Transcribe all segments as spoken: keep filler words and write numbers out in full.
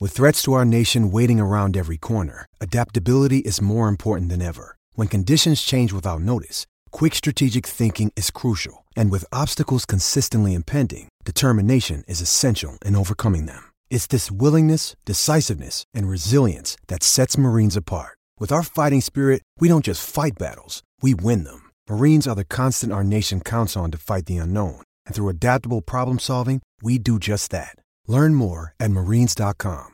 With threats to our nation waiting around every corner, adaptability is more important than ever. When conditions change without notice, quick strategic thinking is crucial. And with obstacles consistently impending, determination is essential in overcoming them. It's this willingness, decisiveness, and resilience that sets Marines apart. With our fighting spirit, we don't just fight battles, we win them. Marines are the constant our nation counts on to fight the unknown. And through adaptable problem solving, we do just that. Learn more at marines dot com.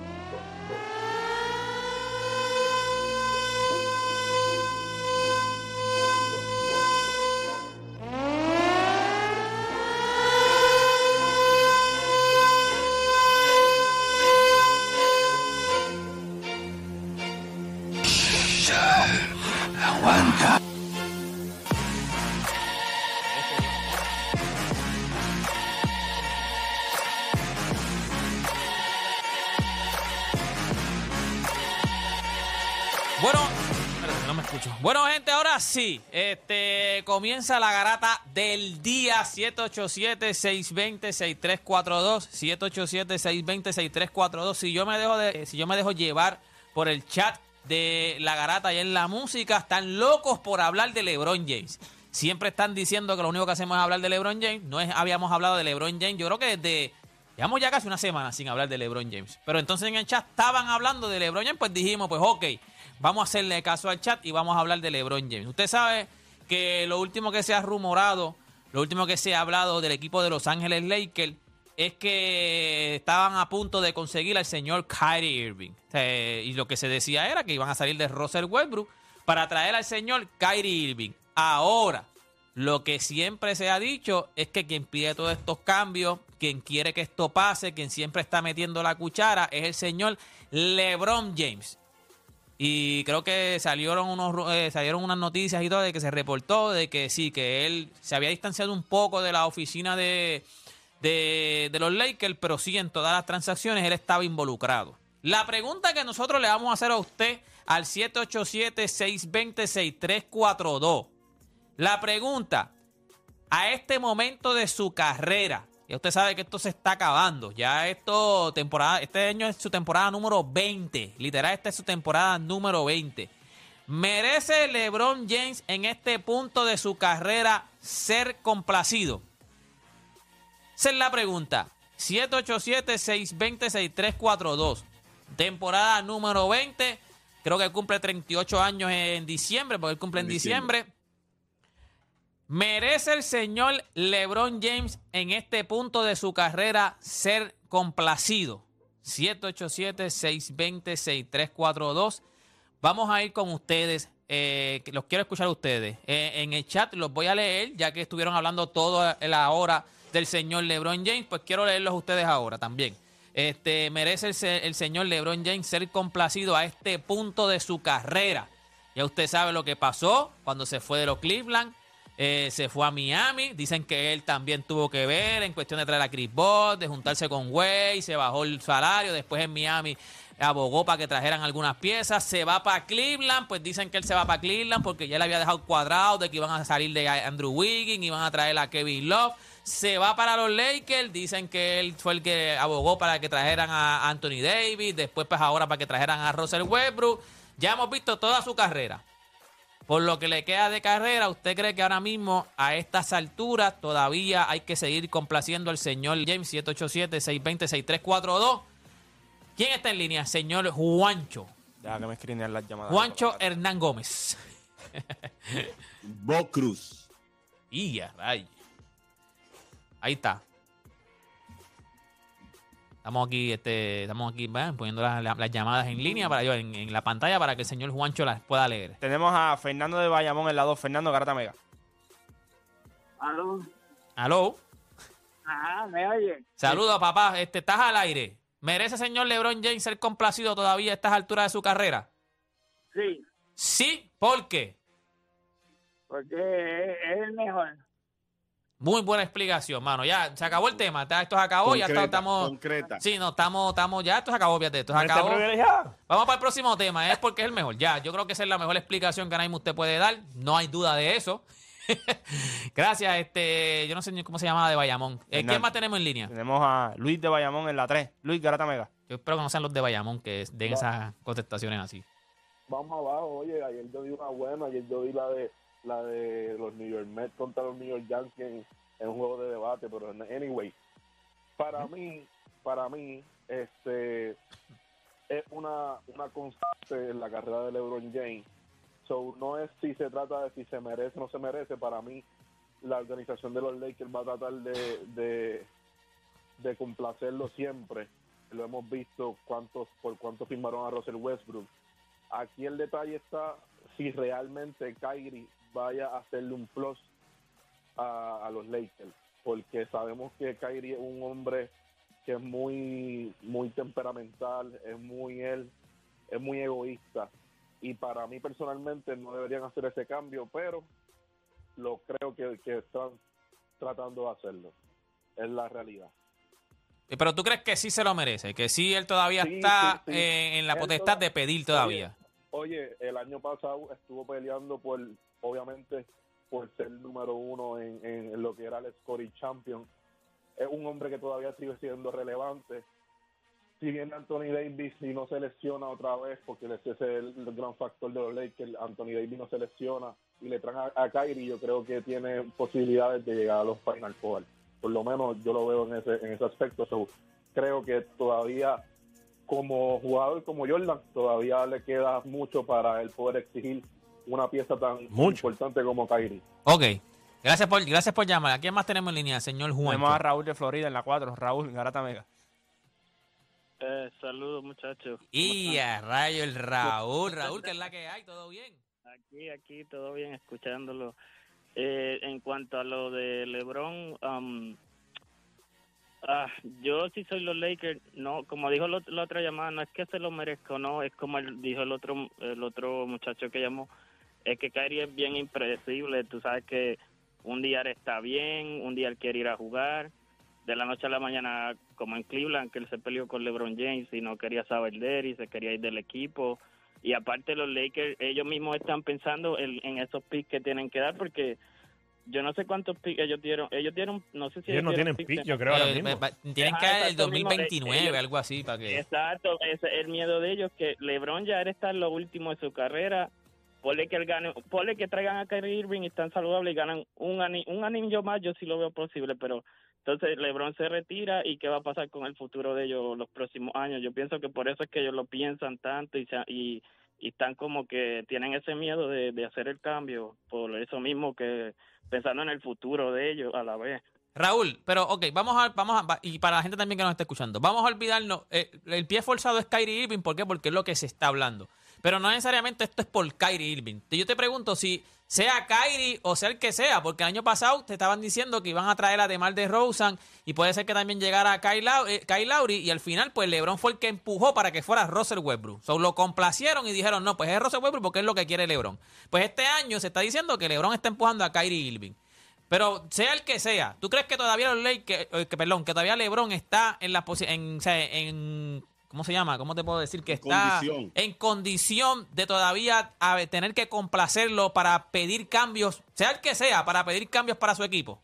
Aguanta. Bueno, espérate, no me escucho. Bueno, gente, ahora sí. Este comienza la garata del día. siete ocho siete, seis dos cero, seis tres cuatro dos. siete ocho siete, seis dos cero, seis tres cuatro dos. Si yo me dejo de, si yo me dejo llevar por el chat de la garata y en la música, están locos por hablar de LeBron James. Siempre están diciendo que lo único que hacemos es hablar de LeBron James. No es, habíamos hablado de LeBron James. Yo creo que desde... Llevamos ya casi una semana sin hablar de LeBron James. Pero entonces en el chat estaban hablando de LeBron James, pues dijimos, pues ok, vamos a hacerle caso al chat y vamos a hablar de LeBron James. Usted sabe que lo último que se ha rumorado, lo último que se ha hablado del equipo de Los Ángeles Lakers es que estaban a punto de conseguir al señor Kyrie Irving. Eh, y lo que se decía era que iban a salir de Russell Westbrook para traer al señor Kyrie Irving. Ahora, lo que siempre se ha dicho es que quien pide todos estos cambios, quien quiere que esto pase, quien siempre está metiendo la cuchara, es el señor LeBron James. Y creo que salieron, unos, eh, salieron unas noticias y todo de que se reportó de que sí, que él se había distanciado un poco de la oficina de, de, de los Lakers, pero sí en todas las transacciones él estaba involucrado. La pregunta que nosotros le vamos a hacer a usted al siete ocho siete, seis dos cero, seis tres cuatro dos. La pregunta, a este momento de su carrera, ya usted sabe que esto se está acabando, ya esto, temporada, este año es su temporada número veinte, literal esta es su temporada número veinte. ¿Merece LeBron James en este punto de su carrera ser complacido? Esa es la pregunta. siete ocho siete, seis dos cero, seis tres cuatro dos. Temporada número veinte. Creo que cumple treinta y ocho años en diciembre, porque él cumple en, en diciembre. diciembre. ¿Merece el señor LeBron James en este punto de su carrera ser complacido? siete ocho siete, seis dos cero, seis tres cuatro dos. Vamos a ir con ustedes. Eh, los quiero escuchar a ustedes. Eh, en el chat los voy a leer, ya que estuvieron hablando toda la hora del señor LeBron James, pues quiero leerlos a ustedes ahora también. Este, ¿merece el, el señor LeBron James ser complacido a este punto de su carrera? Ya usted sabe lo que pasó cuando se fue de los Cleveland. Eh, se fue a Miami. Dicen que él también tuvo que ver en cuestión de traer a Chris Paul, de juntarse con Wade, se bajó el salario. Después en Miami abogó para que trajeran algunas piezas. Se va para Cleveland, pues dicen que él se va para Cleveland porque ya le había dejado cuadrado de que iban a salir de Andrew Wiggins, iban a traer a Kevin Love. Se va para los Lakers, dicen que él fue el que abogó para que trajeran a Anthony Davis, después pues ahora para que trajeran a Russell Westbrook. Ya hemos visto toda su carrera. Por lo que le queda de carrera, ¿usted cree que ahora mismo, a estas alturas, todavía hay que seguir complaciendo al señor James? siete ocho siete, seis dos cero, seis tres cuatro dos. ¿Quién está en línea? Señor Juancho. Ya que me escribían las llamadas. Juancho Hernán Gómez. Bo Cruz. Y ya, rayos. Ahí está. Estamos aquí, este, estamos aquí ¿verdad? poniendo las, las, las llamadas en línea para yo en, en la pantalla para que el señor Juancho las pueda leer. Tenemos a Fernando de Bayamón en la dos. Fernando, Garata Mega. ¿Aló? ¿Aló? Ah, ¿me oye? Saludos, papá. Este, estás al aire. ¿Merece, señor LeBron James, ser complacido todavía a estas alturas de su carrera? Sí. Sí, ¿por qué? Porque es, es el mejor. Muy buena explicación, mano. Ya se acabó el tema. Esto se acabó. Concreta, ya está, estamos. Concreta. Sí, no, estamos, estamos. Ya esto se acabó, fíjate. Esto se acabó. Vamos para el próximo tema. Es porque es el mejor. Ya, yo creo que esa es la mejor explicación que ahora mismo usted puede dar. No hay duda de eso. Gracias, este. Yo no sé ni cómo se llama de Bayamón. Eh, ¿Quién más tenemos en línea? Tenemos a Luis de Bayamón en la tres. Luis, Garata Mega. Yo espero que no sean los de Bayamón que den Va. esas contestaciones así. Vamos abajo, oye, ayer yo vi una buena, ayer yo vi la de la de los New York Mets contra los New York Yankees en, en un juego de debate, pero anyway, para mí, para mí, este es una, una constante en la carrera de LeBron James. So, no es si se trata de si se merece o no se merece. Para mí, la organización de los Lakers va a tratar de, de, de complacerlo siempre. Lo hemos visto cuántos por cuánto firmaron a Russell Westbrook. Aquí el detalle está si realmente Kyrie vaya a hacerle un plus a, a los Lakers, porque sabemos que Kyrie es un hombre que es muy muy temperamental, es muy él, es muy egoísta, y para mí personalmente no deberían hacer ese cambio, pero lo creo que, que están tratando de hacerlo, es la realidad. Pero tú crees que sí se lo merece, que sí él todavía Sí, está sí, sí. eh, en la Él potestad toda- de pedir todavía. Oye, el año pasado estuvo peleando por, obviamente, por ser número uno en, en lo que era el scoring champion. Es un hombre que todavía sigue siendo relevante. Si viene Anthony Davis y no se lesiona otra vez, porque ese es el, el gran factor de los Lakers, Anthony Davis no se lesiona y le traen a, a Kyrie, yo creo que tiene posibilidades de llegar a los Final Four. Por lo menos yo lo veo en ese, en ese aspecto. So, creo que todavía, como jugador como Jordan, todavía le queda mucho para él poder exigir una pieza tan Mucho. importante como Kyrie. Ok. Gracias por, gracias por llamar. ¿A quién más tenemos en línea, señor Juan? Tenemos a Raúl de Florida en la cuatro. Raúl, Garata Mega. Eh, saludos, muchachos. Y a rayo el Raúl. Raúl, ¿qué es la que hay? ¿Todo bien? Aquí, aquí, todo bien, escuchándolo. Eh, en cuanto a lo de LeBron, um, ah, yo sí soy los Lakers, no, como dijo lo- la otra llamada, no es que se lo merezca, no, es como el, dijo el otro, el otro muchacho que llamó, es que Kyrie es bien impredecible. Tú sabes que un día él está bien, un día él quiere ir a jugar, de la noche a la mañana, como en Cleveland, que él se peleó con LeBron James y no quería saber de él y se quería ir del equipo. Y aparte los Lakers, ellos mismos están pensando en, en esos picks que tienen que dar, porque yo no sé cuántos picks ellos dieron. Ellos dieron, no sé si Ellos no tienen picks pick, en- yo creo, ahora Eh, mismo. va- tienen Ajá, que dar el exacto, dos mil veintinueve, mismo, eh, algo así, para que... Exacto, ese es el miedo de ellos, que LeBron ya está en lo último de su carrera. Ponle que él gane, ponle que traigan a Kyrie Irving y están saludables y ganan un, ani- un anillo más, yo sí lo veo posible, pero entonces LeBron se retira y qué va a pasar con el futuro de ellos los próximos años. Yo pienso que por eso es que ellos lo piensan tanto y, se, y, y están como que tienen ese miedo de, de hacer el cambio, por eso mismo que pensando en el futuro de ellos a la vez. Raúl, pero ok, vamos a, vamos a, va- y para la gente también que nos está escuchando, vamos a olvidarnos, eh, el pie forzado es Kyrie Irving, ¿por qué? Porque es lo que se está hablando. Pero no necesariamente esto es por Kyrie Irving. Yo te pregunto si sea Kyrie o sea el que sea, porque el año pasado te estaban diciendo que iban a traer a DeMar DeRozan y puede ser que también llegara Kyle, Lau- eh, Kyle Lowry, y al final pues LeBron fue el que empujó para que fuera Russell Westbrook. So, lo complacieron y dijeron, no, pues es Russell Westbrook porque es lo que quiere LeBron. Pues este año se está diciendo que LeBron está empujando a Kyrie Irving. Pero sea el que sea, ¿tú crees que todavía los Lakers, eh, que, perdón, que todavía LeBron está en la posi- en, o sea, en ¿cómo se llama? ¿Cómo te puedo decir? Que está Condición. en condición de todavía a ver, tener que complacerlo para pedir cambios, sea el que sea, para pedir cambios para su equipo?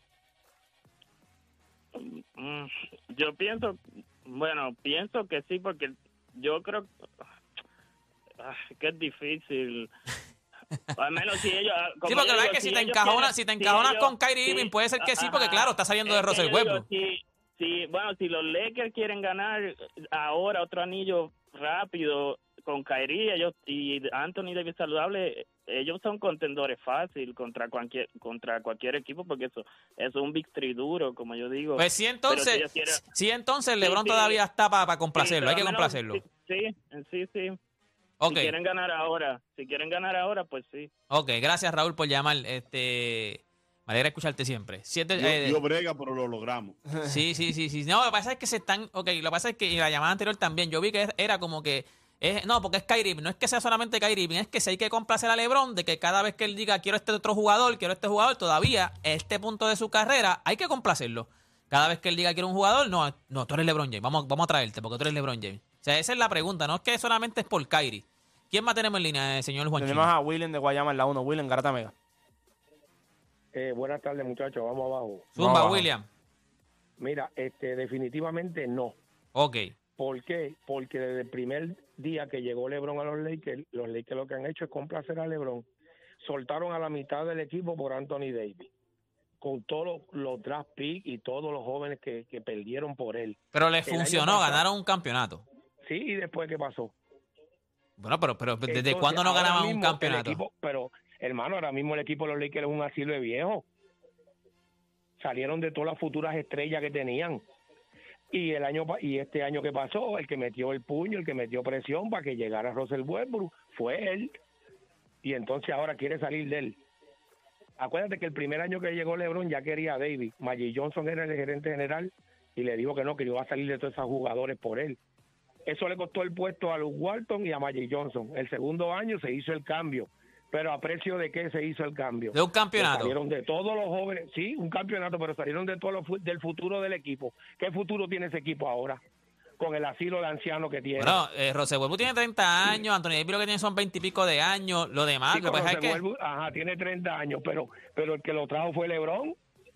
Mm, Yo pienso, bueno, pienso que sí, porque yo creo ah, que es difícil. Al menos si ellos... como Sí, porque yo la verdad digo, es que si te ellos encajonas, quieren- si te encajonas ellos- con Kyrie sí, Irving, puede ser que sí, porque ajá, claro, está saliendo de es que Russell yo digo, Westbrook. si- si, bueno, si los Lakers quieren ganar ahora otro anillo rápido con Kyrie ellos, y Anthony Davis saludable, ellos son contendores fácil contra cualquier contra cualquier equipo, porque eso, eso es un victory duro, como yo digo. Pues sí, Pero si entonces, ellos quieren- sí, entonces Sí, LeBron sí. todavía está para Sí, complacerlo, pero hay que al menos- complacerlo. Sí, sí, sí. Ok, Si quieren ganar ahora, si quieren ganar ahora, pues sí. ok, gracias Raúl por llamar. Este, me alegra escucharte siempre. Siete, Dio, eh, dio brega, pero lo logramos. Sí, sí, sí, sí. No, lo que pasa es que se están... Ok, lo que pasa es que en la llamada anterior también yo vi que era como que... Es, no, porque es Kyrie Irving. No es que sea solamente Kyrie Irving, es que si hay que complacer a LeBron de que cada vez que él diga quiero este otro jugador, quiero este jugador, todavía a este punto de su carrera hay que complacerlo. Cada vez que él diga quiero un jugador, no, no, tú eres LeBron James, vamos, vamos a traerte porque tú eres LeBron James. O sea, esa es la pregunta, no es que solamente es por Kyrie. ¿Quién más tenemos en línea, eh, señor Juan Tenemos a Willen de Guayama en la uno. Willen, Garata Mega. Eh, buenas tardes, muchachos. Vamos abajo. Zumba, abajo. William. Mira, este, definitivamente no. Ok. ¿Por qué? Porque desde el primer día que llegó LeBron a los Lakers, los Lakers lo que han hecho es complacer a LeBron. Soltaron a la mitad del equipo por Anthony Davis, con todos los, los draft picks y todos los jóvenes que, que perdieron por él. Pero les El año funcionó, pasado- ganaron un campeonato. Sí, ¿y después qué pasó? Bueno, pero, pero ¿desde Entonces, cuándo no ahora ganaban un mismo el campeonato? equipo- pero, hermano, ahora mismo el equipo de los Lakers es un asilo de viejos. Salieron de todas las futuras estrellas que tenían. Y el año pa- y este año que pasó, el que metió el puño, el que metió presión para que llegara Russell Westbrook, fue él. Y entonces ahora quiere salir de él. Acuérdate que el primer año que llegó LeBron ya quería a Davis. Magic Johnson era el gerente general y le dijo que no, que iba a salir de todos esos jugadores por él. Eso le costó el puesto a Luke Walton y a Magic Johnson. El segundo año se hizo el cambio. Pero ¿a precio de qué se hizo el cambio? De un campeonato. Salieron de todos los jóvenes, sí, un campeonato, pero salieron de todos los fu- del futuro del equipo. ¿Qué futuro tiene ese equipo ahora? Con el asilo de anciano que tiene. Bueno, eh, Russell Westbrook tiene treinta años, Anthony Davis lo que tiene son veinte y pico de años, lo demás, Sí, lo que pero pasa es se que... vuelve- ajá, tiene treinta años, pero pero el que lo trajo fue LeBron.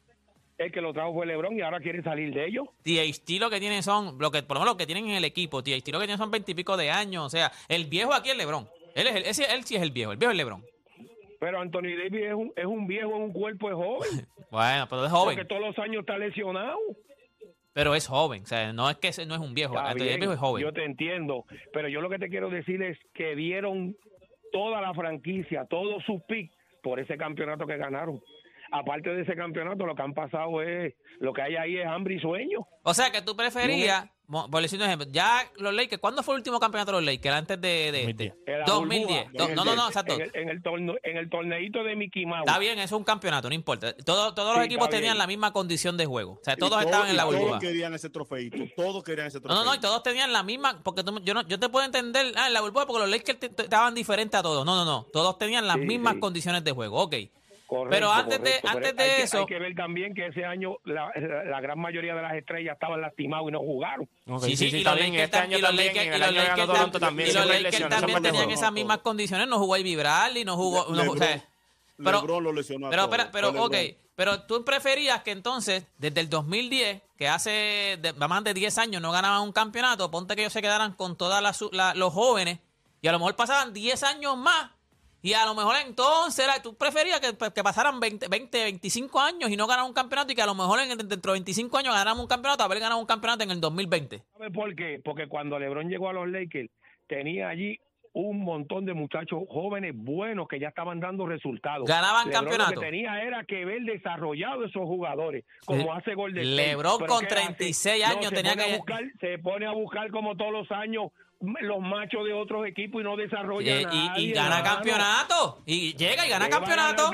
El que lo trajo fue LeBron y ahora quiere salir de ellos. T H T lo que tienen son, lo que, por lo menos lo que tienen en el equipo, T H T lo que tienen son veinte y pico de años, o sea, el viejo aquí es LeBron. Él, es el, ese, él sí es el viejo, el viejo es LeBron. Pero Anthony Davis es un, es un viejo en un cuerpo de joven. Bueno, pero es Porque joven, todos los años está lesionado. pero es joven, o sea, no es que ese no es un viejo, Está Anthony bien, Davis es joven. yo te entiendo, pero yo lo que te quiero decir es que dieron toda la franquicia, todos sus picks por ese campeonato que ganaron. Aparte de ese campeonato, lo que han pasado es, lo que hay ahí es hambre y sueño. O sea, que tú preferías, mo- por decir un ejemplo, ya los Lakers, ¿cuándo fue el último campeonato de los Lakers? Antes de, de este. En la dos mil burbuja, diez. Do- en el- No, no, no, exacto. En el, en el, torne- en el torneito de Mickey Mouse. Está bien, eso es un campeonato, no importa. Todo- todos los Sí, equipos está tenían bien. la misma condición de juego. O sea, Y todos todos- estaban en la y burbuja. Todos querían ese trofeito. Todos querían ese No, trofeito. no, no, y todos tenían la misma, porque tú- yo, no, yo te puedo entender, ah, en la burbuja, porque los Lakers te- te- estaban diferentes a todos. No, no, no, todos tenían las Sí, mismas sí. condiciones de juego, ok. Correcto, Pero antes de- correcto, antes pero de hay que- eso- hay que ver también que ese año la, la, la gran mayoría de las estrellas estaban lastimados y no jugaron. Ok, Sí, sí, y está los bien, Lakers este año y los también, Lakers- y y el los año ganó Lakers Toronto tam- también. y los siempre hay Lakers lesiones, también siempre hay tenían lesiones. esas mismas condiciones. No jugó Ivy Bradley, no jugó... no, o sea, pero- LeBron lo lesionó a Pero, todos. pero, pero, Fue ok, LeBron. pero tú preferías que entonces, desde el dos mil diez, que hace de- más de diez años no ganaban un campeonato, ponte que ellos se quedaran con todos los jóvenes y a lo mejor pasaban diez años más y a lo mejor entonces era- tú preferías que, que pasaran veinte, veinte, veinticinco años y no ganaran un campeonato y que a lo mejor en, dentro de veinticinco años ganáramos un campeonato, haber ganado un campeonato en el dos mil veinte. ¿Sabes por qué? Porque cuando LeBron llegó a los Lakers, tenía allí un montón de muchachos jóvenes buenos que ya estaban dando resultados. Ganaban LeBron campeonato. Lo que tenía era que ver desarrollado esos jugadores, como Eh, hace Golden State. LeBron Pero con ¿qué hace? treinta y seis años se tenía pone a que- buscar- se pone a buscar como todos los años los machos de otros equipos y no desarrolla Eh, nada. y, y gana campeonato. Y llega y gana campeonato.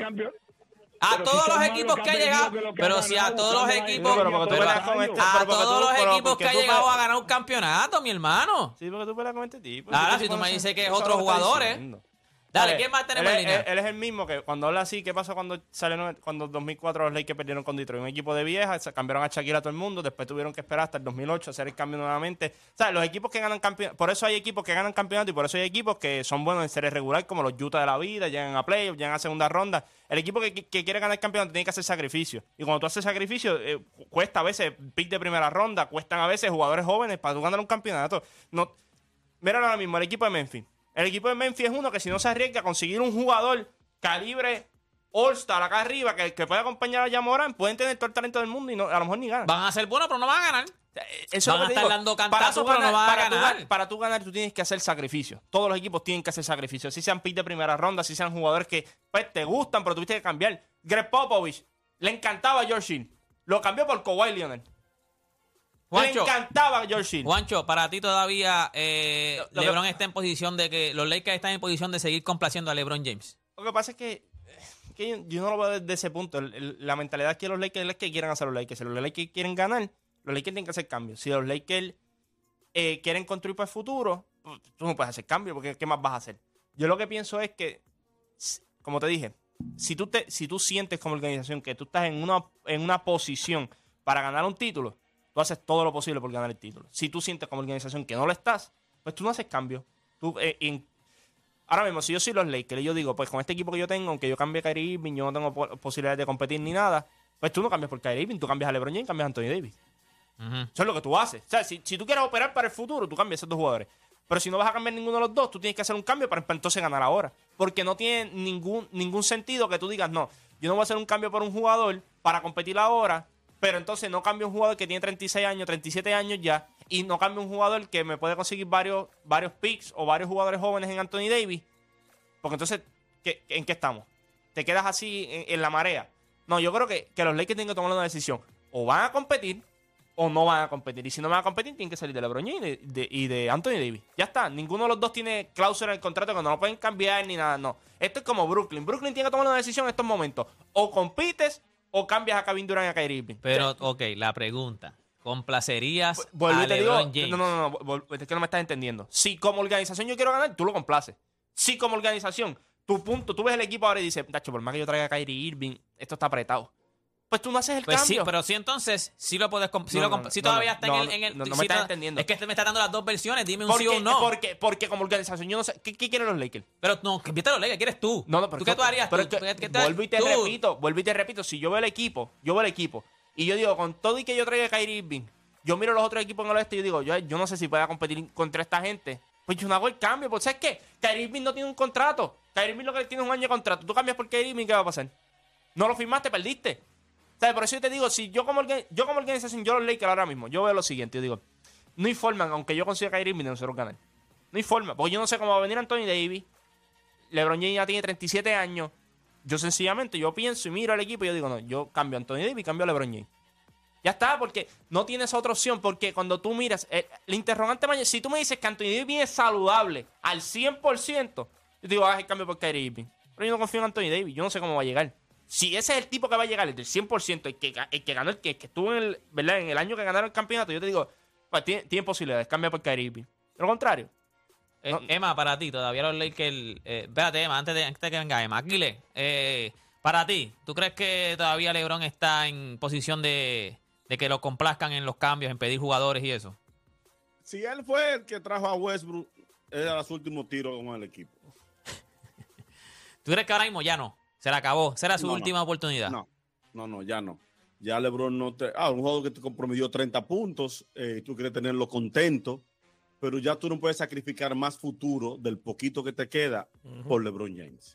A Pero todos si los son más equipos los que que ha han llegado, vendido que lo que pero han si a ganado, todos los buscando la equipos, estrella pero porque tú pero peleas a, con este- a pero porque todos tú- los pero equipos porque que ha tú llegado puedes- a ganar un campeonato, mi hermano. Sí, porque tú peleas con este tipo. Ahora, Este si tipo tú me no dices sabe- que es no sabe otros lo que está jugadores. diciendo. Dale, Dale, ¿quién más tenemos él, en es- línea? Él, él es el mismo que cuando habla así, ¿qué pasó cuando salieron cuando en dos mil cuatro los Lakers perdieron con Detroit? Un equipo de viejas, se cambiaron a Shaquille a todo el mundo, después tuvieron que esperar hasta el dos mil ocho a hacer el cambio nuevamente. O sea, los equipos que ganan campeonato, por eso hay equipos que ganan campeonato y por eso hay equipos que son buenos en series regular, como los Utah de la vida, llegan a playoffs, llegan a segunda ronda. El equipo que, que quiere ganar el campeonato tiene que hacer sacrificio. Y cuando tú haces sacrificio, eh, cuesta a veces pick de primera ronda, cuestan a veces jugadores jóvenes para tú ganar un campeonato. No, mira ahora mismo, el equipo de Memphis. El equipo de Memphis es uno que si no se arriesga a conseguir un jugador calibre All-Star acá arriba que, que pueda acompañar a Jamoran, pueden tener todo el talento del mundo y no, a lo mejor ni ganan. Van a ser buenos, pero no van a ganar. Eso Van es a lo que estar digo. dando Para cantazos, tú pero no van a para tú ganar. gan- Para tú ganar, tú tienes que hacer sacrificios. Todos los equipos tienen que hacer sacrificios. Si sean pick de primera ronda, si sean jugadores que pues, te gustan, pero tuviste que cambiar. Greg Popovich, le encantaba a George Hill. Lo cambió por Kawhi Leonard. Juancho, Le encantaba a George Hill. Juancho, para ti todavía eh, Lo- lo que- LeBron está en posición de que los Lakers están en posición de seguir complaciendo a LeBron James. Lo que pasa es que, que yo, yo no lo veo desde ese punto. El- el- la mentalidad que los Lakers es que quieren hacer los Lakers. Si los Lakers quieren ganar, los Lakers tienen que hacer cambios. Si los Lakers eh, quieren construir para el futuro, pues, tú no puedes hacer cambios porque ¿qué más vas a hacer? Yo lo que pienso es que, s- como te dije, si tú, te, si tú sientes como organización que tú estás en una, en una posición para ganar un título, tú haces todo lo posible por ganar el título. Si tú sientes como organización que no lo estás, pues tú no haces cambios. Tú, eh, en- ahora mismo, si yo soy los Lakers y yo digo, pues con este equipo que yo tengo, aunque yo cambie a Kyrie Irving, yo no tengo po- posibilidades de competir ni nada, pues tú no cambias por Kyrie Irving, tú cambias a LeBron James, cambias a Anthony Davis. Ujú. Eso es lo que tú haces. O sea, si, si tú quieres operar para el futuro, tú cambias esos dos jugadores. Pero si no vas a cambiar ninguno de los dos, tú tienes que hacer un cambio para, para entonces ganar ahora. Porque no tiene ningún, ningún sentido que tú digas, no, yo no voy a hacer un cambio por un jugador para competir ahora, pero entonces no cambio un jugador que tiene treinta y seis años, treinta y siete años ya, y no cambio un jugador que me puede conseguir varios, varios picks o varios jugadores jóvenes en Anthony Davis. Porque entonces, ¿qué, ¿en qué estamos? ¿Te quedas así en, en la marea? No, yo creo que, que los Lakers tienen que tomar una decisión. O van a competir o no van a competir. Y si no van a competir, tienen que salir de LeBron James y de, de, y de Anthony Davis. Ya está. Ninguno de los dos tiene cláusula en el contrato que no lo pueden cambiar ni nada. No. Esto es como Brooklyn. Brooklyn tiene que tomar una decisión en estos momentos. O compites o cambias a Kevin Durant y a Kyrie Irving. Pero, ok, la pregunta. ¿Complacerías Vuelvo a y te digo, LeBron James? no, no, no, no, es que no me estás entendiendo. Si como organización yo quiero ganar, tú lo complaces. Si como organización, tu punto, tú ves el equipo ahora y dices, Tacho, por más que yo traiga a Kyrie Irving, esto está apretado. Pues tú no haces el Pues cambio. sí, pero sí entonces, sí lo puedes comp- sí No, lo no, comp- no, si no, todavía no, está no, en el... En el no, no si me estás to- entendiendo. Es que te me estás dando las dos versiones, dime un porque, sí o un no. Porque, porque como organización yo no sé. ¿Qué, qué quieren los Lakers? Pero no, que vete a los Lakers, ¿quieres tú? No, no, pero ¿Tú qué tú harías? pero tú? es que ¿Qué- qué te- vuelvo y te tú? repito, vuelvo y te repito. Si yo veo el equipo, yo veo el equipo, y yo digo, con todo y que yo traiga a Kyrie Irving, yo miro los otros equipos en el oeste y yo digo, yo, yo no sé si pueda competir contra esta gente. Pues yo no hago el cambio, porque ¿sabes qué? Kyrie Irving no tiene un contrato. Kyrie Irving lo que tiene es un año de contrato. Tú cambias por Kyrie Irving, ¿qué va a pasar? No lo firmaste, perdiste. ¿Sabes? Por eso yo te digo, si yo como, organ- yo como organización, yo los Lakers ahora mismo, yo veo lo siguiente, yo digo, no hay forma, aunque yo consiga Kyrie Irving, de nosotros ganar. No hay forma, porque yo no sé cómo va a venir Anthony Davis. LeBron James ya tiene treinta y siete años. Yo sencillamente, yo pienso y miro al equipo y yo digo, no, yo cambio a Anthony Davis y cambio a LeBron James. Ya está, porque no tienes otra opción, porque cuando tú miras, el, el interrogante mañana, si tú me dices que Anthony Davis viene saludable al cien por ciento, yo te digo, haz el cambio por Kyrie Irving. Pero yo no confío en Anthony Davis, yo no sé cómo va a llegar. Si ese es el tipo que va a llegar, el del cien por ciento, el que, el que ganó, el que, el que estuvo en el, ¿verdad? En el año que ganaron el campeonato, yo te digo, pues tiene, tiene posibilidades, cambia por Kyrie Irving. Lo contrario. Eh, No. Emma, para ti, todavía los Lakers... Eh, espérate, Emma, antes de, antes de que venga Emma. Aquiles, eh, para ti, ¿tú crees que todavía LeBron está en posición de, de que lo complazcan en los cambios, en pedir jugadores y eso? Si él fue el que trajo a Westbrook, era su último tiro con el equipo. ¿Tú crees que ahora mismo ya no? Se le acabó. ¿Será su No, no. última oportunidad? No, no, no, ya no. Ya LeBron no te... Ah, un jugador que te comprometió treinta puntos, eh, tú quieres tenerlo contento, pero ya tú no puedes sacrificar más futuro del poquito que te queda Ujú. por LeBron James.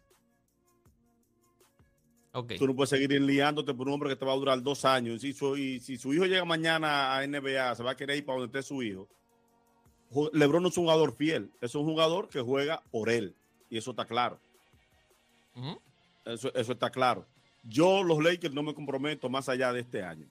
Ok. Tú no puedes seguir enliándote por un hombre que te va a durar dos años. Y si su, y si su hijo llega mañana a N B A, se va a querer ir para donde esté su hijo. Ju- LeBron no es un jugador fiel, es un jugador que juega por él. Y eso está claro. Ujú. Eso, eso está claro. Yo, los Lakers, no me comprometo más allá de este año.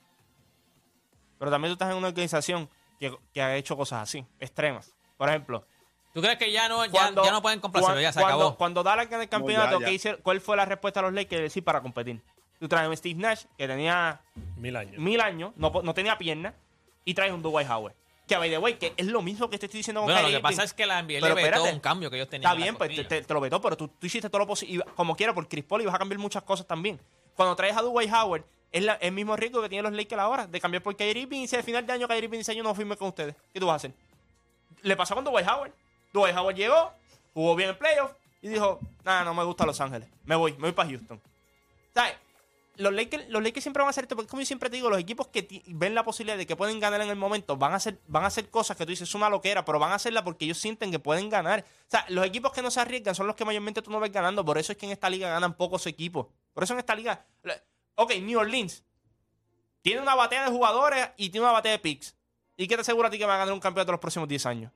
Pero también tú estás en una organización que, que ha hecho cosas así, extremas. Por ejemplo, ¿Tú crees que ya no, ya, cuando, ya no pueden complacerlo? cuan- Ya se cuando, acabó. Cuando Dallas gana el campeonato, No, ya, ya. ¿qué hicieron? ¿Cuál fue la respuesta a los Lakers? Decir para competir. Tú traes a Steve Nash, que tenía Mil años. mil años, no, po- no tenía piernas, y traes un Dwight Howard. Que, by the way, que es lo mismo que te estoy diciendo con Bueno, lo Kyrie que pasa Irving. es que la N B A le Pero vetó espérate. un cambio que ellos tenían. Está en la bien, pues te, costilla. te- te lo vetó, pero tú, tú hiciste todo lo posible, como quiera, por Chris Paul y vas a cambiar muchas cosas también. Cuando traes a Dwight Howard, es la- el mismo riesgo que tienen los Lakers ahora, de cambiar por Kyrie Irving, y si al final de año Kyrie Irving dice yo no firme con ustedes, ¿qué tú vas a hacer? Le pasó con Dwight Howard. Dwight Howard llegó, jugó bien el playoff, y dijo, nada, no me gusta Los Ángeles, me voy, me voy para Houston. ¿Sabes? Los Lakers, los Lakers siempre van a hacer esto, porque como yo siempre te digo, los equipos que ti- ven la posibilidad de que pueden ganar en el momento, van a hacer, van a hacer cosas que tú dices, es una loquera, pero van a hacerla porque ellos sienten que pueden ganar. O sea, los equipos que no se arriesgan son los que mayormente tú no ves ganando, por eso es que en esta liga ganan pocos equipos. Por eso en esta liga... Ok, New Orleans tiene una batea de jugadores y tiene una batea de picks. ¿Y qué te asegura a ti que va a ganar un campeonato los próximos diez años?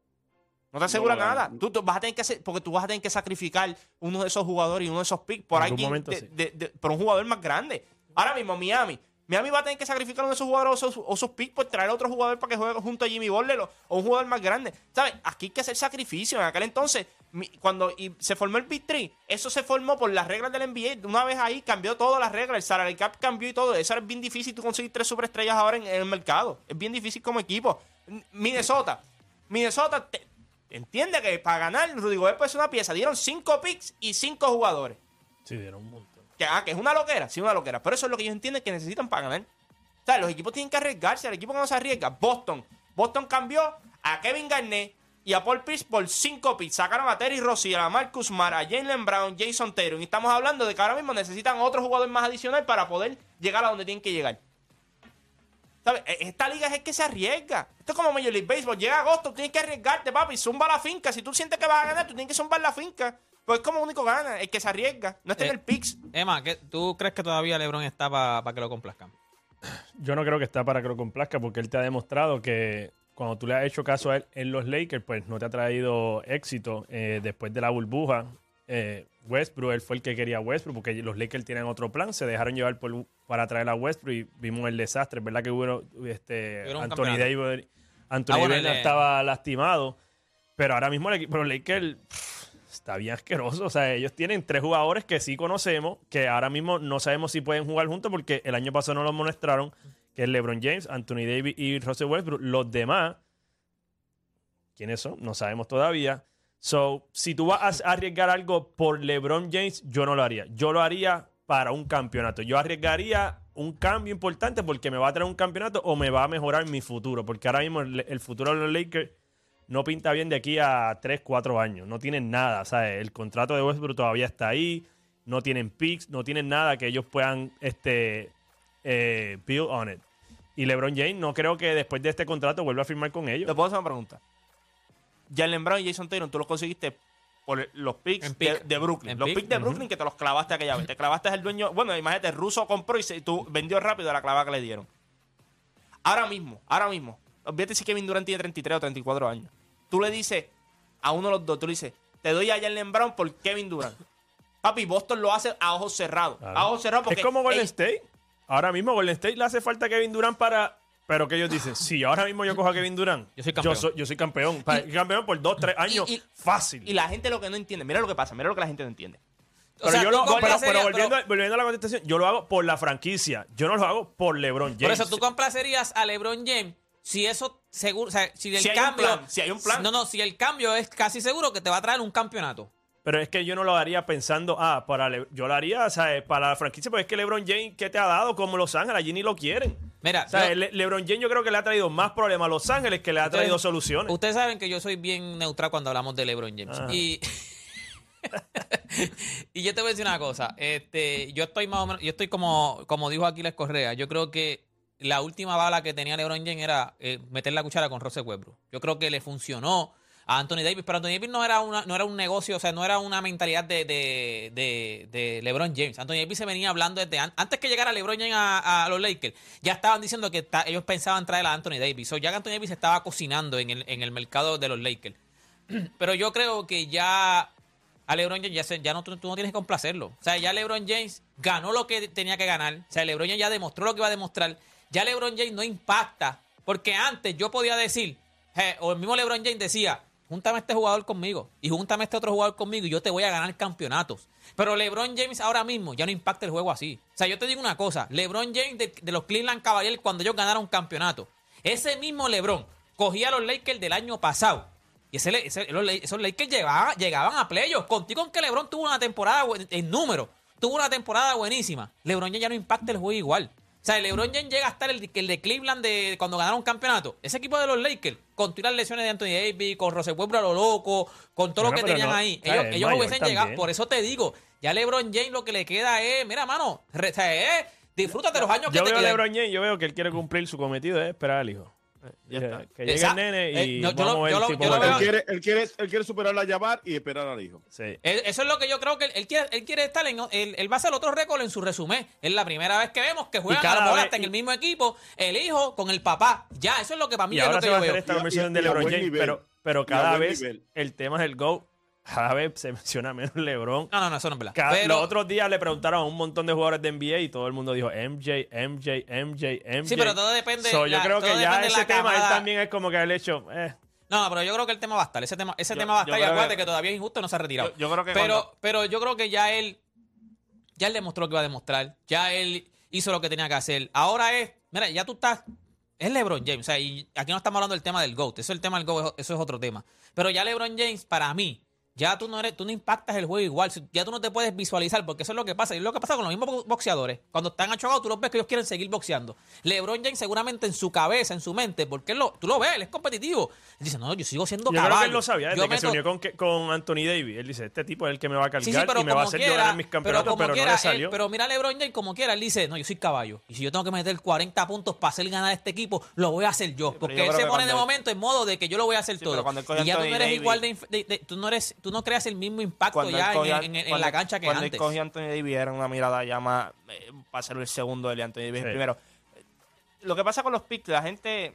No te asegura No, nada. no. Tú, tú vas a tener que hacer, porque tú vas a tener que sacrificar uno de esos jugadores y uno de esos picks por En alguien algún momento, de- sí. de- de- por un jugador más grande. Ahora mismo Miami. Miami va a tener que sacrificar uno de esos jugadores o esos, o esos picks por traer a otro jugador para que juegue junto a Jimmy Butler o, o un jugador más grande. ¿Sabes? Aquí hay que hacer sacrificio. En aquel entonces, mi- cuando y se formó el Big Three, eso se formó por las reglas del N B A. Una vez ahí cambió todas las reglas. El salary cap cambió y todo. Eso es bien difícil tú conseguir tres superestrellas ahora en, en el mercado. Es bien difícil como equipo. Minnesota. Minnesota te- entiende que para ganar Rudy Gobert puede ser una pieza. Dieron cinco picks y cinco jugadores. Sí, dieron un montón. Que, ah, que es una loquera, sí, una loquera. Pero eso es lo que ellos entienden que necesitan para ganar. O sea, los equipos tienen que arriesgarse. El equipo que no se arriesga, Boston. Boston cambió a Kevin Garnett y a Paul Pierce por cinco picks. Sacaron a Terry Rozier, a Marcus Smart, a Jaylen Brown, Jason Tatum. Y estamos hablando de que ahora mismo necesitan otro jugador más adicional para poder llegar a donde tienen que llegar. ¿Sabes? Esta liga es el que se arriesga. Esto es como Major League Baseball. Llega agosto, tienes que arriesgarte, papi. Zumba la finca. Si tú sientes que vas a ganar, tú tienes que zumbar la finca. Pues es como único gana, el que se arriesga. No está Eh, en el picks. Emma, ¿qué- ¿tú crees que todavía LeBron está para que lo complazcan? Yo no creo que está para que lo complazca porque él te ha demostrado que cuando tú le has hecho caso a él en los Lakers, pues no te ha traído éxito eh, después de la burbuja. Eh, Westbrook, él fue el que quería a Westbrook porque los Lakers tienen otro plan. Se dejaron llevar por, para traer a Westbrook y vimos el desastre, ¿verdad? Que hubo este, Tuvieron un Anthony campeonato. Davis, Anthony Ah, bueno, Davis el de- estaba lastimado. Pero ahora mismo el equipo de los Lakers pff, está bien asqueroso. O sea, ellos tienen tres jugadores que sí conocemos, que ahora mismo no sabemos si pueden jugar juntos porque el año pasado no los mostraron, que es LeBron James, Anthony Davis y Russell Westbrook. Los demás, ¿quiénes son? No sabemos todavía. So, si tú vas a arriesgar algo por LeBron James, yo no lo haría. Yo lo haría para un campeonato. Yo arriesgaría un cambio importante porque me va a traer un campeonato o me va a mejorar mi futuro. Porque ahora mismo el, el futuro de los Lakers no pinta bien de aquí a tres, cuatro años. No tienen nada. ¿Sabes? El contrato de Westbrook todavía está ahí. No tienen picks, no tienen nada que ellos puedan este, eh, build on it. Y LeBron James no creo que después de este contrato vuelva a firmar con ellos. Te puedo hacer una pregunta. Jalen Brown y Jason Tatum, tú los conseguiste por los picks En de, pick. de Brooklyn. En Los pick. picks de Brooklyn que te los clavaste aquella vez. Te clavaste el dueño. Bueno, imagínate, el ruso compró y se, tú vendió rápido la clavada que le dieron. Ahora mismo, ahora mismo. Olvídate si Kevin Durant tiene treinta y tres o treinta y cuatro años. Tú le dices a uno de los dos, tú le dices, te doy a Jalen Brown por Kevin Durant. Papi, Boston lo hace a ojos cerrados. Claro. A ojos cerrados porque Es como Golden ellos- State. Ahora mismo Golden State le hace falta a Kevin Durant para... Pero que ellos dicen, si ahora mismo yo cojo a Kevin Durant, Yo soy campeón. Yo soy, yo soy campeón. Pa- campeón por dos, tres años. y- fácil. Y la gente lo que no entiende, mira lo que pasa, mira lo que la gente no entiende. O pero sea, yo tú lo, pero, complacerías- pero volviendo, pero- volviendo a la contestación, yo lo hago por la franquicia. Yo no lo hago por LeBron James. Por eso tú complacerías a LeBron James si eso seguro, o sea, si el Si hay un cambio, plan, si hay un plan. No, no, si el cambio es casi seguro que te va a traer un campeonato. Pero es que yo no lo haría pensando, ah, para Le- yo lo haría, o sea, para la franquicia, porque es que LeBron James, ¿qué te ha dado? Como Los Ángeles, allí ni lo quieren. Mira, O sea, yo- Le- LeBron James yo creo que le ha traído más problemas a Los Ángeles que le ha Ustedes- traído soluciones. Ustedes saben que yo soy bien neutral cuando hablamos de LeBron James. Ajá. Y, y yo te voy a decir una cosa. Este, yo estoy más o menos, yo estoy como, como dijo Aquiles Correa. Yo creo que la última bala que tenía LeBron James era eh, meter la cuchara con Russell Westbrook. Yo creo que le funcionó a Anthony Davis, pero Anthony Davis no era una, no era un negocio, o sea, no era una mentalidad de, de, de, de LeBron James. Anthony Davis se venía hablando desde an- antes que llegara LeBron James a, a los Lakers. Ya estaban diciendo que ta- ellos pensaban traer a Anthony Davis. O ya que Anthony Davis estaba cocinando en el, en el mercado de los Lakers. Pero yo creo que ya a LeBron James ya, se- ya no, tú, tú no tienes que complacerlo. O sea, ya LeBron James ganó lo que tenía que ganar. O sea, LeBron James ya demostró lo que iba a demostrar. Ya LeBron James no impacta. Porque antes yo podía decir, eh, o el mismo LeBron James decía, júntame a este jugador conmigo y júntame a este otro jugador conmigo y yo te voy a ganar campeonatos. Pero LeBron James ahora mismo ya no impacta el juego así. O sea, yo te digo una cosa. LeBron James de, de los Cleveland Cavaliers cuando ellos ganaron campeonato. Ese mismo LeBron cogía a los Lakers del año pasado. Y ese, ese- los, esos Lakers llegaban, llegaban a playoffs. Contigo en que LeBron tuvo una temporada bu- en número. Tuvo una temporada buenísima. LeBron James ya no impacta el juego igual. O sea, LeBron James llega a estar el, el de Cleveland de cuando ganaron campeonato. Ese equipo de los Lakers, con todas las lesiones de Anthony Davis, con Russell Westbrook a lo loco, con todo Bueno, lo que pero tenían no, ahí. o sea, Ellos, es ellos mayor hubiesen también. llegado. Por eso te digo, ya LeBron James lo que le queda es, mira, mano, re- o sea, es, disfrútate los años que Yo te veo a quedan. LeBron James, yo veo que él quiere cumplir su cometido, es esperar al hijo. Ya está. Que llegue Esa- el nene y eh, no, yo vamos lo- a ver yo lo- si yo podemos lo Él veo- quiere, él, quiere, él quiere superar a Jabbar y esperar al hijo. Sí. Él- Eso es lo que yo creo que él, él quiere, él quiere estar en. Él, él va a hacer otro récord en su resumen. Es la primera vez que vemos que juegan Y a cada la bola vez- hasta en y- el mismo equipo, el hijo con el papá. Ya, eso es lo que para mí Y es lo ahora que se va yo a hacer veo. esta Y a- conversación y- de y a LeBron buen James, nivel. pero, pero Y a cada buen vez nivel. el tema del GOAT, cada vez se menciona menos LeBron. No, no, no, eso no es verdad. Cada- Pero, los otros días le preguntaron a un montón de jugadores de N B A y todo el mundo dijo M J, M J, M J, M J. Sí, pero todo depende- So, yo la- creo todo que ya depende de ese la tema él camada. también es como que el hecho. Eh, no, pero yo creo que el tema va a estar. Ese tema, ese Yo- tema va a yo estar. Y creo acuérdate que- que todavía es injusto, no se ha retirado. Yo, yo creo que pero, cuando- pero yo creo que ya él. Ya él demostró lo que iba a demostrar. Ya él hizo lo que tenía que hacer. Ahora es. Mira, ya tú estás. Es LeBron James. O sea, y aquí no estamos hablando del tema del GOAT. Eso es el tema del GOAT, eso es otro tema. Pero ya LeBron James, para mí, ya tú no eres, tú no impactas el juego igual. Ya tú no te puedes visualizar, porque eso es lo que pasa. Y es lo que pasa con los mismos boxeadores. Cuando están achogados, tú los ves que ellos quieren seguir boxeando. LeBron James seguramente en su cabeza, en su mente, porque él lo, tú lo ves, él es competitivo. Él dice, no, yo sigo siendo yo caballo. Yo creo que él lo sabía, desde yo que meto... se unió con, con Anthony Davis. Él dice, este tipo es el que me va a cargar sí, sí, y me va a hacer quiera, llorar en mis campeonatos, pero, pero, quiera, no le salió. Él, pero mira a LeBron James como quiera, él dice, no, yo soy caballo. Y si yo tengo que meter cuarenta puntos para hacer ganar a este equipo, lo voy a hacer yo. Sí, porque yo él se pone de él... momento en modo de que yo lo voy a hacer sí, todo. Y ya tú no eres Davis, igual de, de, de... Tú no eres, tú no creas el mismo impacto ya en, en, en, en la cancha que cuando antes. Cuando cogió a Anthony Davis era una mirada ya más eh, para ser el segundo de Anthony Davis sí. el primero. Lo que pasa con los picks, la gente...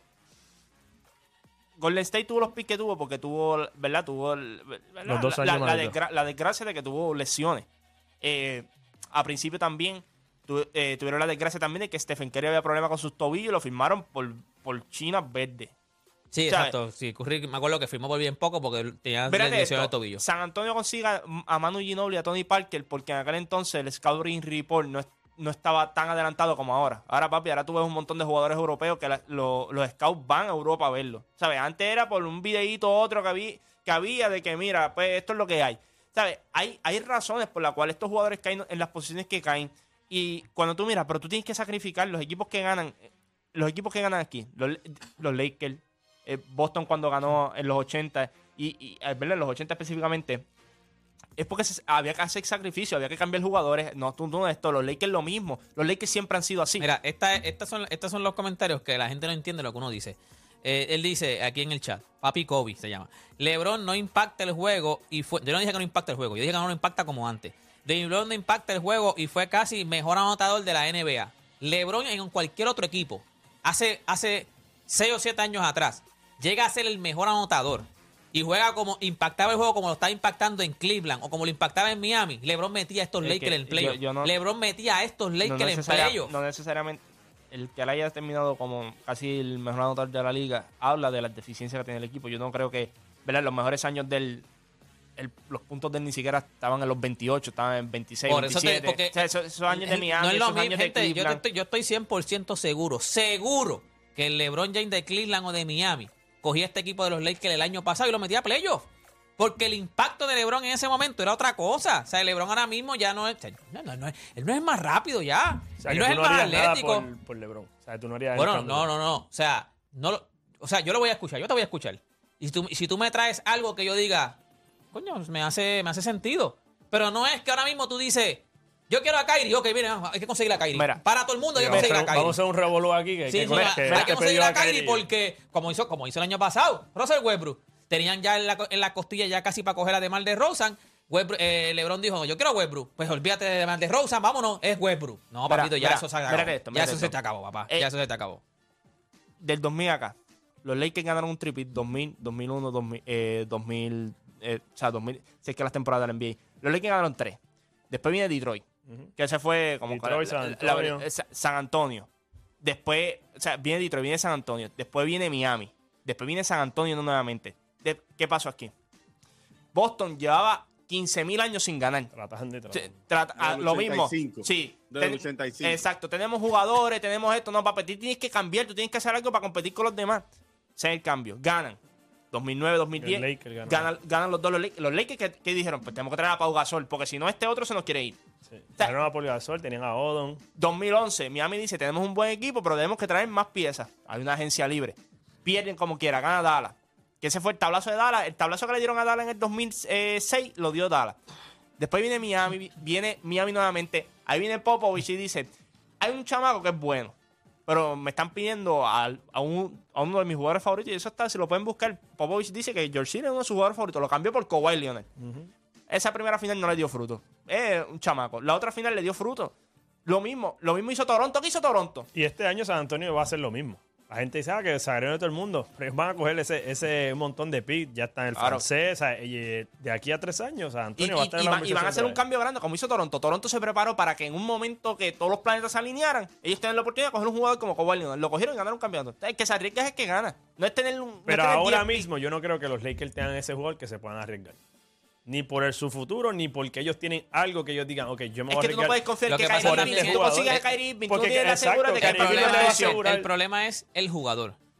Golden State tuvo los picks que tuvo porque tuvo, ¿verdad? Tuvo ¿verdad? Los dos la, años la, la, desgra la desgracia de que tuvo lesiones. Eh, a principio también tu, eh, tuvieron la desgracia también de que Stephen Curry había problemas con sus tobillos y lo firmaron por, por China verde. Sí, o sea, exacto. Sí, Curry, me acuerdo que firmó por bien poco porque tenía lesión de tobillo. San Antonio consiga a Manu Ginobili y a Tony Parker porque en aquel entonces el Scouting Report no, no estaba tan adelantado como ahora. Ahora, papi, ahora tú ves un montón de jugadores europeos que la, lo, los scouts van a Europa a verlo. ¿Sabes? Antes era por un videíto otro que había, que había de que, mira, pues esto es lo que hay. ¿Sabes? Hay, hay razones por las cuales estos jugadores caen en las posiciones que caen. Y cuando tú miras, pero tú tienes que sacrificar los equipos que ganan. Los equipos que ganan aquí. Los, los Lakers. Eh, Boston cuando ganó en los ochenta. Y, y ¿verdad? En los ochenta específicamente. Es porque se, había que hacer sacrificio. Había que cambiar jugadores. No, tú no esto. Los Lakers lo mismo. Los Lakers siempre han sido así. Mira, esta, estas son, estos son los comentarios que la gente no entiende lo que uno dice. Eh, él dice aquí en el chat, Papi Kobe se llama, LeBron no impacta el juego y fue, yo no dije que no impacta el juego, yo dije que no lo impacta como antes. LeBron no impacta el juego y fue casi mejor anotador de la N B A. LeBron en cualquier otro equipo, hace, hace seis o siete años atrás, llega a ser el mejor anotador y juega como, impactaba el juego como lo estaba impactando en Cleveland o como lo impactaba en Miami. LeBron metía a estos Es Lakers que en playoff. yo- yo no- LeBron metía a estos no, Lakers en necesaria- playoff. no necesariamente el que él haya terminado como casi el mejor anotador de la liga habla de las deficiencias que tiene el equipo. Yo no creo que, ¿verdad? Los mejores años del el- los puntos de él ni siquiera estaban en los veintiocho, estaban en veintiséis, Por eso te- veintisiete. porque O sea, esos, esos años de el- Miami, no es lo esos mismo, años de gente, yo, te Cleveland. estoy, yo estoy cien por ciento seguro, seguro que el LeBron James de Cleveland o de Miami cogía este equipo de los Lakers el año pasado y lo metía a playoff. Porque el impacto de LeBron en ese momento era otra cosa. O sea, el LeBron ahora mismo ya no es... No, no, no es él no es más rápido ya. O sea, él que no es tú el no más harías nada atlético. por, por LeBron. O sea, tú no harías el Bueno, cambio. no, no, no. O sea, no lo- o sea, yo lo voy a escuchar. Yo te voy a escuchar. Y tú, si tú me traes algo que yo diga, coño, me hace, me hace sentido. Pero no es que ahora mismo tú dices, yo quiero a Kyrie. Ok, mira, hay que conseguir a Kyrie. Mira. Para todo el mundo hay Sí, que vamos, a conseguir a hacer, Kyrie. vamos a hacer un revolú aquí. Que, Sí, que, sí, que- hay que- que que conseguir pidió a Kyrie Kyrie. porque, como hizo, como hizo el año pasado, Russell Westbrook, tenían ya en la, en la costilla ya casi para coger a DeMar DeRozan. Westbrook, eh, LeBron dijo, yo quiero a Westbrook. Pues olvídate de DeMar DeRozan, vámonos, es Westbrook. No, Mira, papito, ya mira, eso se acabó. mírate esto, ya mírate eso se esto. te acabó, papá. Eh, ya eso se te acabó. Del dos mil acá, los Lakers ganaron un triple dos mil, dos mil uno, dos mil, eh, dos mil eh, o sea, dos mil, si es que las temporadas de la N B A. Los Lakers ganaron tres. Después viene Detroit, Ujú. que ese fue como Detroit, la- San la- Antonio. la- Sa- San Antonio. Después, o sea, viene Detroit, viene San Antonio. Después viene Miami. Después viene San Antonio nuevamente. De- ¿Qué pasó aquí? Boston llevaba quince mil años sin ganar. Trataban de Sí, tratar. trata- Del ah, lo mismo. ochenta y cinco. Sí. Del Ten- ochenta y cinco. Exacto. Tenemos jugadores, tenemos esto. No, para tú tienes que cambiar. Tú tienes que hacer algo para competir con los demás. Ese es el cambio. Ganan. dos mil nueve, dos mil diez. Los Lakers ganaron. Ganan, ganan los dos. Los Lakers, los Lakers que, que dijeron, pues tenemos que traer a Pau Gasol. Porque si no, este otro se nos quiere ir. Sí. sea, Ganaron a Paul Gasol, tenían a Odom. dos mil once, Miami dice, tenemos un buen equipo, pero tenemos que traer más piezas. Hay una agencia libre. Pierden como quiera, gana Dallas. Que ese fue el tablazo de Dallas. El tablazo que le dieron a Dallas en el dos mil seis lo dio Dallas. Después viene Miami, viene Miami nuevamente. Ahí viene Popovich y dice, hay un chamaco que es bueno, pero me están pidiendo a, a, un, a uno de mis jugadores favoritos y eso está, si lo pueden buscar. Popovich dice que George Hill es uno de sus jugadores favoritos. Lo cambió por Kawhi Leonard. Esa primera final no le dio fruto. Es un chamaco. La otra final le dio fruto. Lo mismo, lo mismo hizo Toronto. ¿Qué hizo Toronto? Y este año San Antonio va a hacer lo mismo. La gente dice ah, que se agregó de todo el mundo. Pero ellos van a coger ese, ese montón de picks. Ya está en el Claro. francés. O sea, y, eh, de aquí a tres años, San Y, Antonio va a y- estar y en la va- y van a hacer un conversación cambio grande, como hizo Toronto. Toronto se preparó para que en un momento que todos los planetas se alinearan, ellos tengan la oportunidad de coger un jugador como Kawhi Leonard. Lo cogieron y ganaron un campeonato. El que se arriesga es el que gana. No es tener un. no es Pero tener ahora diez picks. mismo yo no creo que los Lakers tengan ese jugador que se puedan arriesgar. Ni por el, su futuro, ni porque ellos tienen algo que ellos digan, ok, yo me Es voy que a tú no arriesgar. puedes confiar Lo que que Kyrie pasa por también Irving, este si tú jugador, consigues a eh, Kyrie Irving, tú porque no tienes la exacto, segura de que Kyrie El Kyrie Irving Irving problema, le va a es, el, asegurar- el problema es el jugador.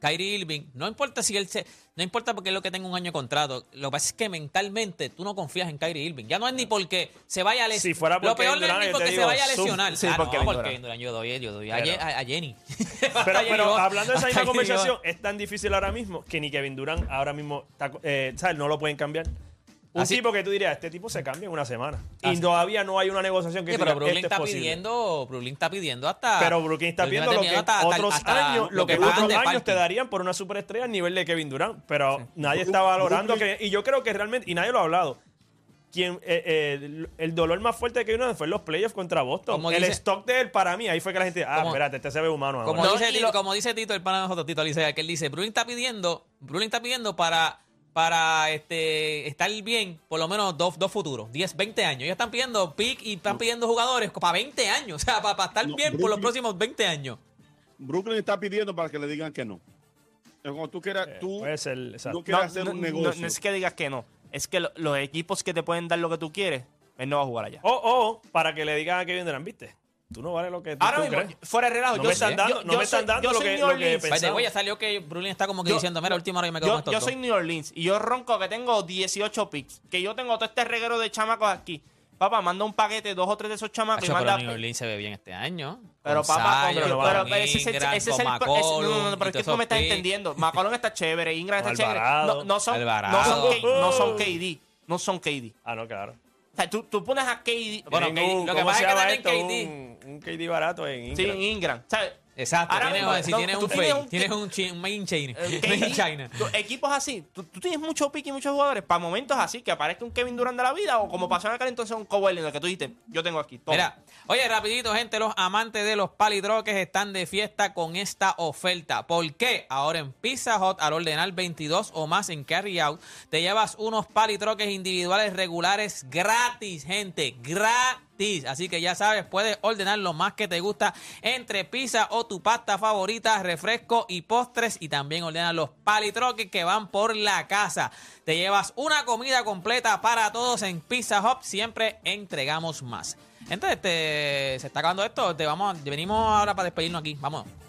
Kyrie Irving, no importa si él se, no importa porque es lo que tenga un año de contrato, lo que pasa es que mentalmente tú no confías en Kyrie Irving. Ya no es ni porque se vaya a lesionar. Si fuera por Lo peor Kevin no es Durant, ni yo porque te se digo, vaya a sub- lesionar. sí, Ah, por no, Kevin por Durant. Kevin Durant yo doy, yo doy a, Pero- Ye- a, a Jenny. Pero, Jenny pero Butler. hablando de esa misma A Jenny conversación, Butler. es tan difícil ahora mismo que ni Kevin Durant ahora mismo está, eh, ¿sabes? No lo pueden cambiar. Un Así- tipo que tú dirías, este tipo se cambia en una semana. Y Así- todavía no hay una negociación que Sí, diga, pero Brooklyn este es está posible. pidiendo, Brooklyn está pidiendo hasta. Pero Brooklyn está Brooklyn pidiendo lo que hasta- hasta- otros hasta años, lo que pagan otros de años parking. te darían por una superestrella al nivel de Kevin Durant. Pero nadie está Brooklyn- valorando que. Y yo creo que realmente, y nadie lo ha hablado. Quien, eh, eh, el, el dolor más fuerte de Kevin Durant fue en los playoffs contra Boston. Como el dice- stock de él, para mí, ahí fue que la gente. Ah, Como- espérate, este se ve humano ahora. Como, No, dice, y Tito, lo- como dice Tito, el pana de nosotros, Tito Alicea, que él dice, Brooklyn está pidiendo, Brooklyn está pidiendo para, para este, estar bien por lo menos dos, dos futuros, diez, veinte años. Ellos están pidiendo pick y están pidiendo jugadores para veinte años, o sea, para, para estar No, bien por los Brooklyn- próximos veinte años. Brooklyn está pidiendo para que le digan que no. Es como tú quieras, Eh, tú puede ser, exacto. no quieres hacer un no, negocio. no es que digas que no. Es que lo- los equipos que te pueden dar lo que tú quieres, él no va a jugar allá. O, o para que le digan a Kevin Durant, ¿viste? Tú no vales lo que tú, Ahora tú mismo, crees. fuera de relajo, No yo me están sé- dando- yo- no yo me están soy- dando yo lo soy que- New lo que Orleans. pensaba. By the way, ya salió que Brooklyn está como que Yo- diciendo, mira, última hora que me quedo Yo, con estos yo dos. soy New Orleans y yo ronco que tengo dieciocho picks. Que yo tengo todo este reguero de chamacos aquí. Papá, manda un paquete, dos o tres de esos chamacos y Acho, manda. pero New Orleans se ve bien este año. Pero Con papá, Zion, pero, con pero, pero ese, es el- Ingram, ese es con el. ese- McCollum no, no, no, pero y es que todos tú me estás esos picks. entendiendo. McCollum está chévere, Ingram está Con chévere. Alvarado. No, no son, no, Alvarado. son K, no son K D. No son K D. Ah, no, claro. O sea, tú, tú pones a K D. Bueno, Tienen K D, un- lo que ¿cómo pasa se es que llama también esto? K D. Un, un K D barato en Sí, Ingram. en Ingram. ¿Sabes? Exacto, Ahora tienes, mismo, si no, tienes tú un tienes fake, un- tienes un, chi- un made in China. Eh, Made in K D, China. tú- equipos así, tú, tú tienes mucho pick y muchos jugadores para momentos así, que aparezca un Kevin Durant de la vida o como pasó en aquel entonces un Kawhi Leonard, que tú dijiste, yo tengo aquí todo. Mira, oye, rapidito, gente, los amantes de los palitroques están de fiesta con esta oferta. ¿Por qué? Ahora en Pizza Hut, al ordenar veintidós o más en Carry Out, te llevas unos palitroques individuales regulares gratis, gente, gratis. Así que ya sabes, puedes ordenar lo más que te gusta entre pizza o tu pasta favorita, refresco y postres, y también ordenar los palitroques que van por la casa. Te llevas una comida completa para todos en Pizza Hut, siempre entregamos más. Entonces, este, se está acabando esto, te vamos, venimos ahora para despedirnos aquí, vamos.